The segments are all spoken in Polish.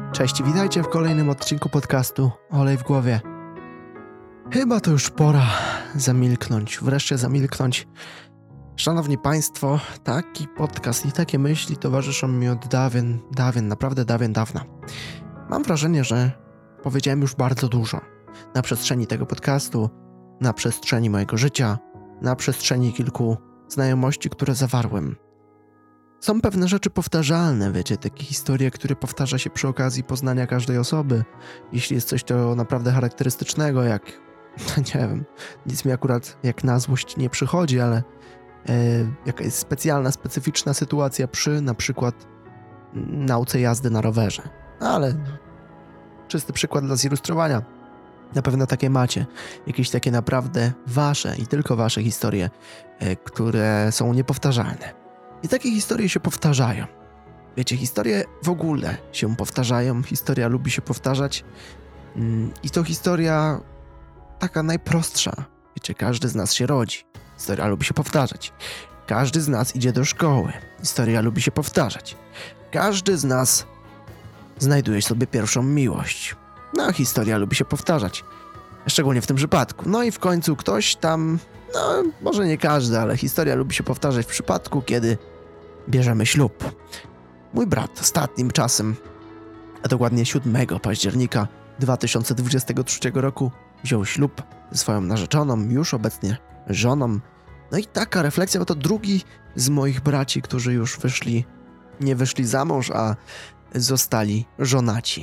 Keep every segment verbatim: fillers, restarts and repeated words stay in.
Cześć, witajcie w kolejnym odcinku podcastu Olej w głowie. Chyba to już pora zamilknąć, wreszcie zamilknąć. Szanowni Państwo, taki podcast i takie myśli towarzyszą mi od dawien, dawien, naprawdę dawien dawna. Mam wrażenie, że powiedziałem już bardzo dużo na przestrzeni tego podcastu, na przestrzeni mojego życia, na przestrzeni kilku znajomości, które zawarłem. Są pewne rzeczy powtarzalne, wiecie, takie historie, które powtarza się przy okazji poznania każdej osoby. Jeśli jest coś to naprawdę charakterystycznego, jak, nie wiem, nic mi akurat jak na złość nie przychodzi, ale e, jakaś specjalna, specyficzna sytuacja przy na przykład nauce jazdy na rowerze. Ale czysty przykład dla zilustrowania. Na pewno takie macie. Jakieś takie naprawdę wasze i tylko wasze historie, e, które są niepowtarzalne. I takie historie się powtarzają. Wiecie, historie w ogóle się powtarzają, historia lubi się powtarzać i to historia taka najprostsza. Wiecie, każdy z nas się rodzi, historia lubi się powtarzać. Każdy z nas idzie do szkoły, historia lubi się powtarzać. Każdy z nas znajduje sobie pierwszą miłość. No, historia lubi się powtarzać. Szczególnie w tym przypadku. No i w końcu ktoś tam, no może nie każdy, ale historia lubi się powtarzać w przypadku, kiedy bierzemy ślub. Mój brat ostatnim czasem, a dokładnie siódmego października dwa tysiące dwudziestego trzeciego roku wziął ślub ze swoją narzeczoną, już obecnie żoną. No i taka refleksja, bo to drugi z moich braci, którzy już wyszli, nie wyszli za mąż, a zostali żonaci.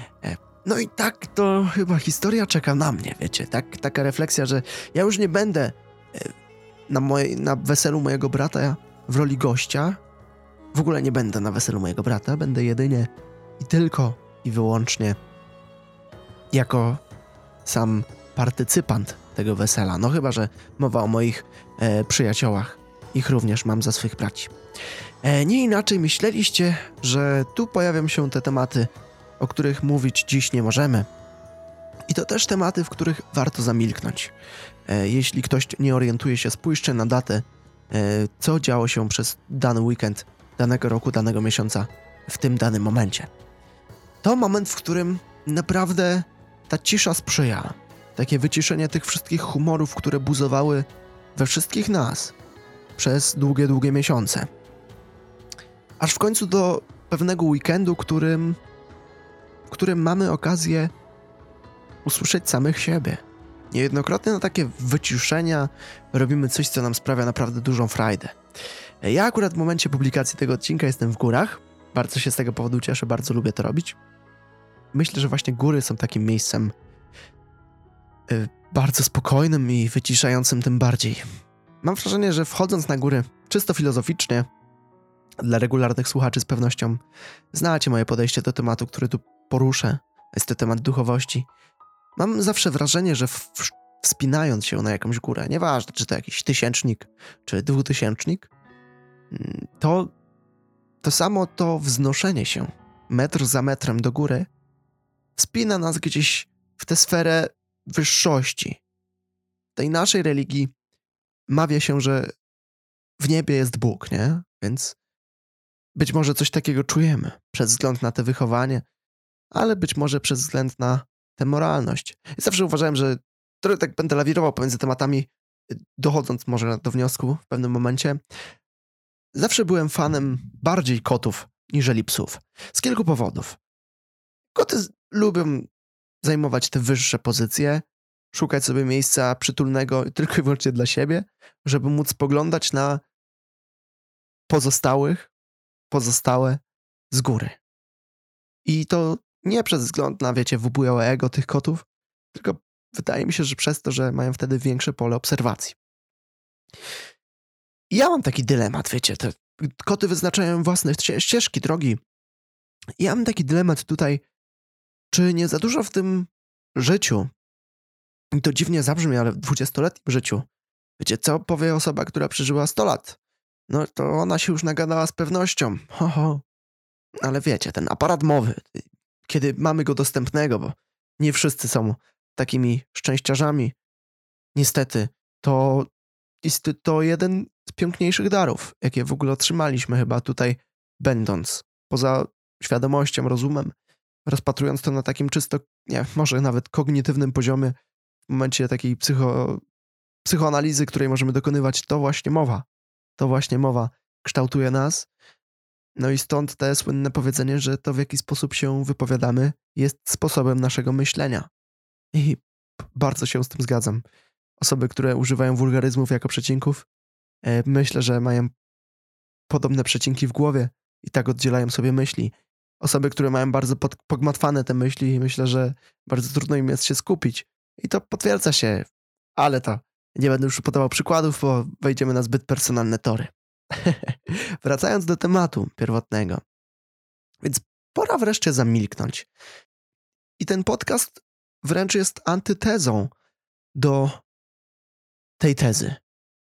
No i tak to chyba historia czeka na mnie, wiecie, tak, taka refleksja, że ja już nie będę na, moje, na weselu mojego brata w roli gościa, w ogóle nie będę na weselu mojego brata, będę jedynie i tylko i wyłącznie jako sam partycypant tego wesela, no chyba, że mowa o moich e, przyjaciołach, ich również mam za swych braci. E, nie inaczej myśleliście, że tu pojawią się te tematy, o których mówić dziś nie możemy. I to też tematy, w których warto zamilknąć. E, jeśli ktoś nie orientuje się, spójrzcie na datę, e, co działo się przez dany weekend, danego roku, danego miesiąca, w tym danym momencie. To moment, w którym naprawdę ta cisza sprzyja. Takie wyciszenie tych wszystkich humorów, które buzowały we wszystkich nas przez długie, długie miesiące. Aż w końcu do pewnego weekendu, którym w którym mamy okazję usłyszeć samych siebie. Niejednokrotnie na takie wyciszenia robimy coś, co nam sprawia naprawdę dużą frajdę. Ja akurat w momencie publikacji tego odcinka jestem w górach. Bardzo się z tego powodu cieszę, bardzo lubię to robić. Myślę, że właśnie góry są takim miejscem yy, bardzo spokojnym i wyciszającym tym bardziej. Mam wrażenie, że wchodząc na góry czysto filozoficznie, dla regularnych słuchaczy z pewnością znacie moje podejście do tematu, który tu poruszę. Jest to temat duchowości. Mam zawsze wrażenie, że w, wspinając się na jakąś górę, nieważne czy to jakiś tysięcznik, czy dwutysięcznik, to, to samo to wznoszenie się metr za metrem do góry wspina nas gdzieś w tę sferę wyższości. W tej naszej religii mawia się, że w niebie jest Bóg, nie? Więc być może coś takiego czujemy przez wzgląd na to wychowanie, ale być może przez wzgląd na tę moralność. Ja zawsze uważałem, że trochę tak będę lawirował pomiędzy tematami, dochodząc może do wniosku w pewnym momencie. Zawsze byłem fanem bardziej kotów niżeli psów. Z kilku powodów. Koty lubią zajmować te wyższe pozycje, szukać sobie miejsca przytulnego tylko i wyłącznie dla siebie, żeby móc spoglądać na pozostałych, pozostałe z góry. I to nie przez wzgląd na, wiecie, wybujałe ego tych kotów, tylko wydaje mi się, że przez to, że mają wtedy większe pole obserwacji. I ja mam taki dylemat, wiecie, te koty wyznaczają własne ścieżki, drogi. I ja mam taki dylemat tutaj, czy nie za dużo w tym życiu, i to dziwnie zabrzmi, ale w dwudziestoletnim życiu, wiecie, co powie osoba, która przeżyła sto lat? No to ona się już nagadała z pewnością. Ho, ho. Ale wiecie, ten aparat mowy, kiedy mamy go dostępnego, bo nie wszyscy są takimi szczęściarzami, niestety, to jest to jeden z piękniejszych darów, jakie w ogóle otrzymaliśmy chyba tutaj będąc, poza świadomością, rozumem, rozpatrując to na takim czysto, nie, może nawet kognitywnym poziomie, w momencie takiej psycho, psychoanalizy, której możemy dokonywać, to właśnie mowa. To właśnie mowa kształtuje nas. No i stąd te słynne powiedzenie, że to, w jaki sposób się wypowiadamy, jest sposobem naszego myślenia. I bardzo się z tym zgadzam. Osoby, które używają wulgaryzmów jako przecinków, e, myślę, że mają podobne przecinki w głowie i tak oddzielają sobie myśli. Osoby, które mają bardzo pod, pogmatwane te myśli, myślę, że bardzo trudno im jest się skupić. I to potwierdza się, ale to nie będę już podawał przykładów, bo wejdziemy na zbyt personalne tory. Wracając do tematu pierwotnego. Więc pora wreszcie zamilknąć. I ten podcast wręcz jest antytezą do tej tezy.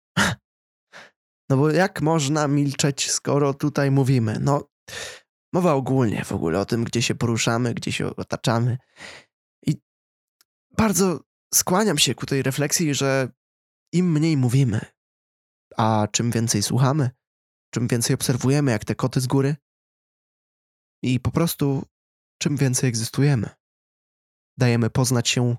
No bo jak można milczeć, skoro tutaj mówimy? No, mowa ogólnie w ogóle o tym, gdzie się poruszamy, gdzie się otaczamy. I bardzo skłaniam się ku tej refleksji, że im mniej mówimy, a czym więcej słuchamy, czym więcej obserwujemy, jak te koty z góry, i po prostu czym więcej egzystujemy, dajemy poznać się,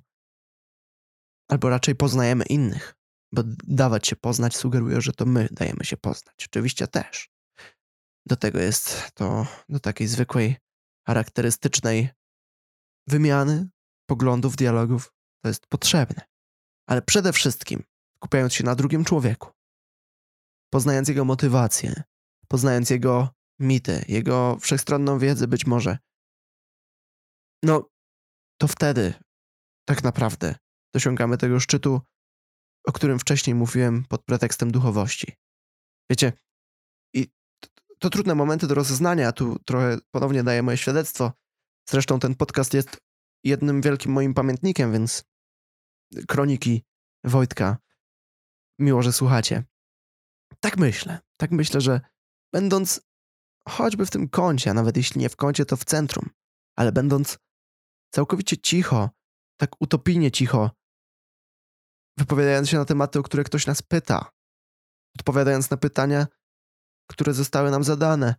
albo raczej poznajemy innych, bo dawać się poznać sugeruje, że to my dajemy się poznać. Oczywiście też. Do tego jest to, do takiej zwykłej, charakterystycznej wymiany poglądów, dialogów, to jest potrzebne. Ale przede wszystkim skupiając się na drugim człowieku, poznając jego motywację, poznając jego mity, jego wszechstronną wiedzę być może, no to wtedy tak naprawdę dosiągamy tego szczytu, o którym wcześniej mówiłem pod pretekstem duchowości. Wiecie, i to, to trudne momenty do rozeznania, tu trochę ponownie daję moje świadectwo. Zresztą ten podcast jest jednym wielkim moim pamiętnikiem, więc kroniki Wojtka, miło, że słuchacie. Tak myślę, tak myślę, że będąc choćby w tym kącie, a nawet jeśli nie w kącie, to w centrum, ale będąc całkowicie cicho, tak utopijnie cicho, wypowiadając się na tematy, o które ktoś nas pyta, odpowiadając na pytania, które zostały nam zadane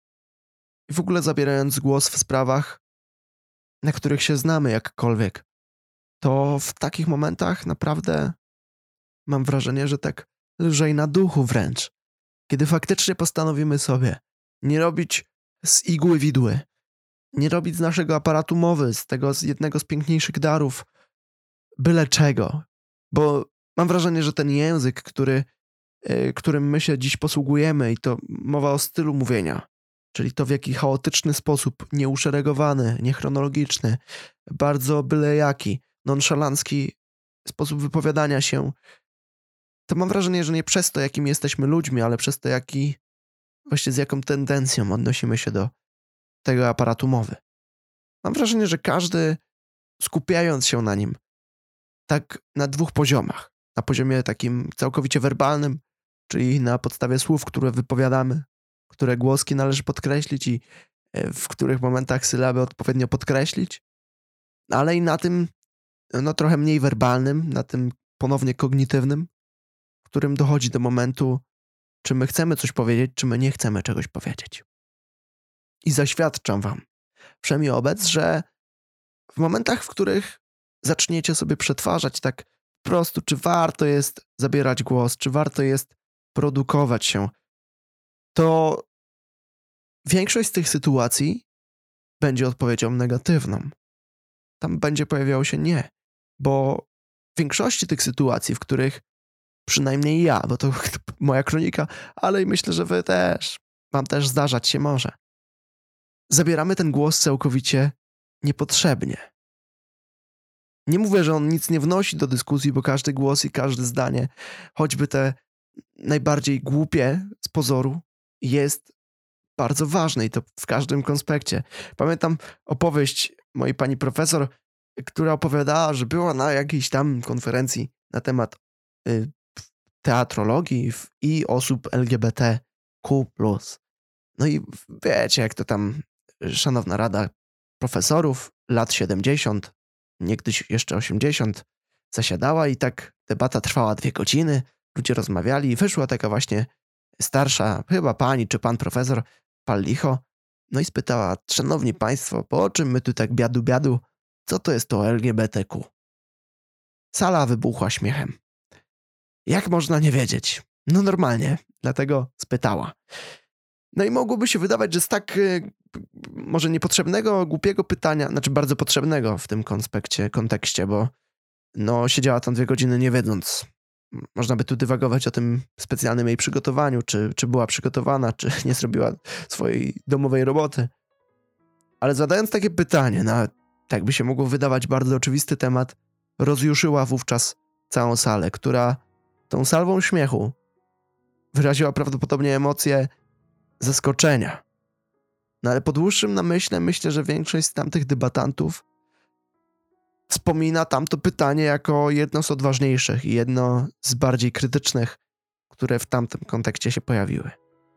i w ogóle zabierając głos w sprawach, na których się znamy jakkolwiek, to w takich momentach naprawdę mam wrażenie, że tak lżej na duchu wręcz, kiedy faktycznie postanowimy sobie nie robić z igły widły, nie robić z naszego aparatu mowy, z tego z jednego z piękniejszych darów, byle czego. Bo mam wrażenie, że ten język, który, yy, którym my się dziś posługujemy, i to mowa o stylu mówienia, czyli to w jaki chaotyczny sposób, nieuszeregowany, niechronologiczny, bardzo byle jaki, nonszalancki sposób wypowiadania się, to mam wrażenie, że nie przez to, jakim jesteśmy ludźmi, ale przez to, jaki, właśnie z jaką tendencją odnosimy się do tego aparatu mowy. Mam wrażenie, że każdy, skupiając się na nim, tak na dwóch poziomach. Na poziomie takim całkowicie werbalnym, czyli na podstawie słów, które wypowiadamy, które głoski należy podkreślić i w których momentach sylaby odpowiednio podkreślić, ale i na tym, no trochę mniej werbalnym, na tym ponownie kognitywnym, w którym dochodzi do momentu, czy my chcemy coś powiedzieć, czy my nie chcemy czegoś powiedzieć. I zaświadczam wam, przynajmniej obec, że w momentach, w których zaczniecie sobie przetwarzać tak po prostu, czy warto jest zabierać głos, czy warto jest produkować się, to większość z tych sytuacji będzie odpowiedzią negatywną. Tam będzie pojawiało się nie, bo w większości tych sytuacji, w których przynajmniej ja, bo to moja kronika, ale i myślę, że wy też, wam też zdarzać się może, zabieramy ten głos całkowicie niepotrzebnie. Nie mówię, że on nic nie wnosi do dyskusji, bo każdy głos i każde zdanie, choćby te najbardziej głupie z pozoru, jest bardzo ważne i to w każdym konspekcie. Pamiętam opowieść mojej pani profesor, która opowiadała, że była na jakiejś tam konferencji na temat y, teatrologii i osób L G B T Q plus. No i wiecie, jak to tam szanowna rada profesorów lat siedemdziesiąt, niegdyś jeszcze osiemdziesiąt, zasiadała i tak debata trwała dwie godziny, ludzie rozmawiali i wyszła taka właśnie starsza, chyba pani czy pan profesor, pal licho, No i spytała, szanowni państwo, po czym my tu tak biadu biadu, co to jest to L G B T Q? Sala wybuchła śmiechem. Jak można nie wiedzieć? No normalnie, dlatego spytała. No i mogłoby się wydawać, że z tak y, może niepotrzebnego, głupiego pytania, znaczy bardzo potrzebnego w tym konspekcie, kontekście, bo no siedziała tam dwie godziny nie wiedząc. Można by tu dywagować o tym specjalnym jej przygotowaniu, czy, czy była przygotowana, czy nie zrobiła swojej domowej roboty. Ale zadając takie pytanie na, tak by się mogło wydawać, bardzo oczywisty temat, rozjuszyła wówczas całą salę, która tą salwą śmiechu wyraziła prawdopodobnie emocje zaskoczenia. No ale po dłuższym namyśle myślę, że większość z tamtych debatantów wspomina tamto pytanie jako jedno z odważniejszych i jedno z bardziej krytycznych, które w tamtym kontekście się pojawiły.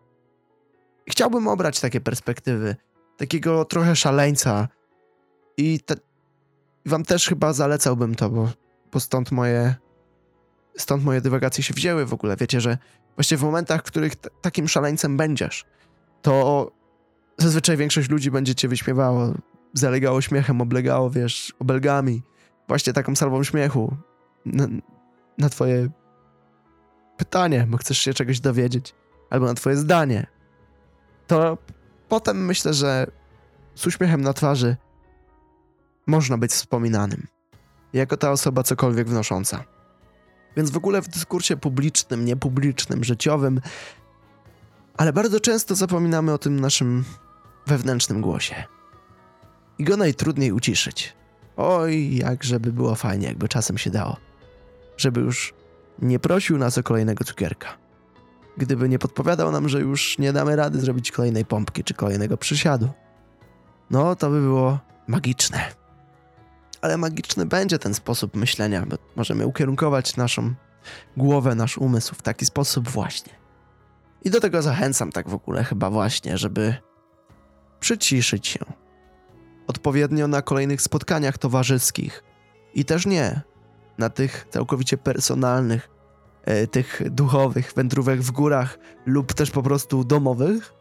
I chciałbym obrać takie perspektywy, takiego trochę szaleńca i, te, i wam też chyba zalecałbym to, bo, bo stąd moje stąd moje dywagacje się wzięły w ogóle. Wiecie, że właśnie w momentach, w których t- takim szaleńcem będziesz, to zazwyczaj większość ludzi będzie cię wyśmiewało, zalegało śmiechem, oblegało, wiesz, obelgami, właśnie taką salwą śmiechu na, na twoje pytanie, bo chcesz się czegoś dowiedzieć, albo na twoje zdanie. To potem myślę, że z uśmiechem na twarzy można być wspominanym jako ta osoba cokolwiek wnosząca. Więc w ogóle w dyskursie publicznym, niepublicznym, życiowym, ale bardzo często zapominamy o tym naszym wewnętrznym głosie. I go najtrudniej uciszyć. Oj, jak żeby było fajnie, jakby czasem się dało. Żeby już nie prosił nas o kolejnego cukierka. Gdyby nie podpowiadał nam, że już nie damy rady zrobić kolejnej pompki czy kolejnego przysiadu. No, to by było magiczne. Ale magiczny będzie ten sposób myślenia, bo możemy ukierunkować naszą głowę, nasz umysł w taki sposób właśnie. I do tego zachęcam tak w ogóle chyba właśnie, żeby przyciszyć się. Odpowiednio na kolejnych spotkaniach towarzyskich i też nie na tych całkowicie personalnych, e, tych duchowych wędrówek w górach lub też po prostu domowych,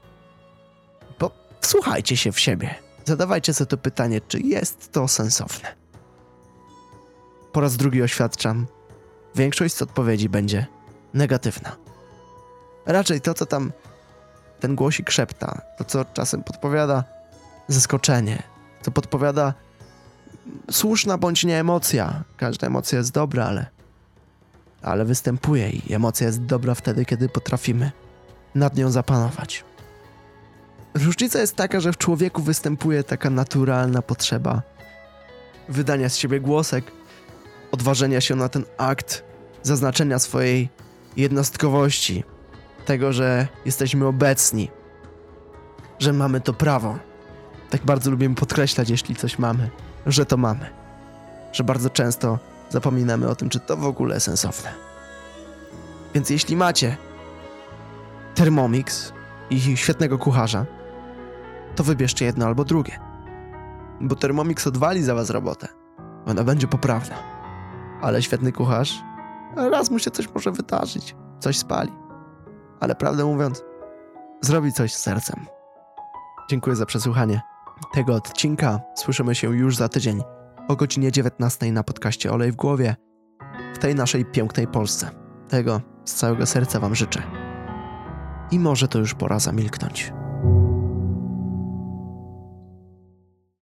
bo wsłuchajcie się w siebie. Zadawajcie sobie to pytanie, czy jest to sensowne. Po raz drugi oświadczam, większość z odpowiedzi będzie negatywna. Raczej to, co tam ten głosik szepta, to, co czasem podpowiada zaskoczenie, co podpowiada słuszna bądź nie emocja. Każda emocja jest dobra, ale, ale występuje i emocja jest dobra wtedy, kiedy potrafimy nad nią zapanować. Różnica jest taka, że w człowieku występuje taka naturalna potrzeba wydania z siebie głosek, odważenia się na ten akt, zaznaczenia swojej jednostkowości, tego, że jesteśmy obecni, że mamy to prawo. Tak bardzo lubimy podkreślać, jeśli coś mamy, że to mamy. Że bardzo często zapominamy o tym, czy to w ogóle sensowne. Więc jeśli macie Thermomix i świetnego kucharza, to wybierzcie jedno albo drugie. Bo Thermomix odwali za was robotę. Ona będzie poprawna. Ale świetny kucharz, raz mu się coś może wydarzyć. Coś spali. Ale prawdę mówiąc, zrobi coś z sercem. Dziękuję za przesłuchanie tego odcinka. Słyszymy się już za tydzień o godzinie dziewiętnastej na podcaście Olej w głowie w tej naszej pięknej Polsce. Tego z całego serca wam życzę. I może to już pora zamilknąć.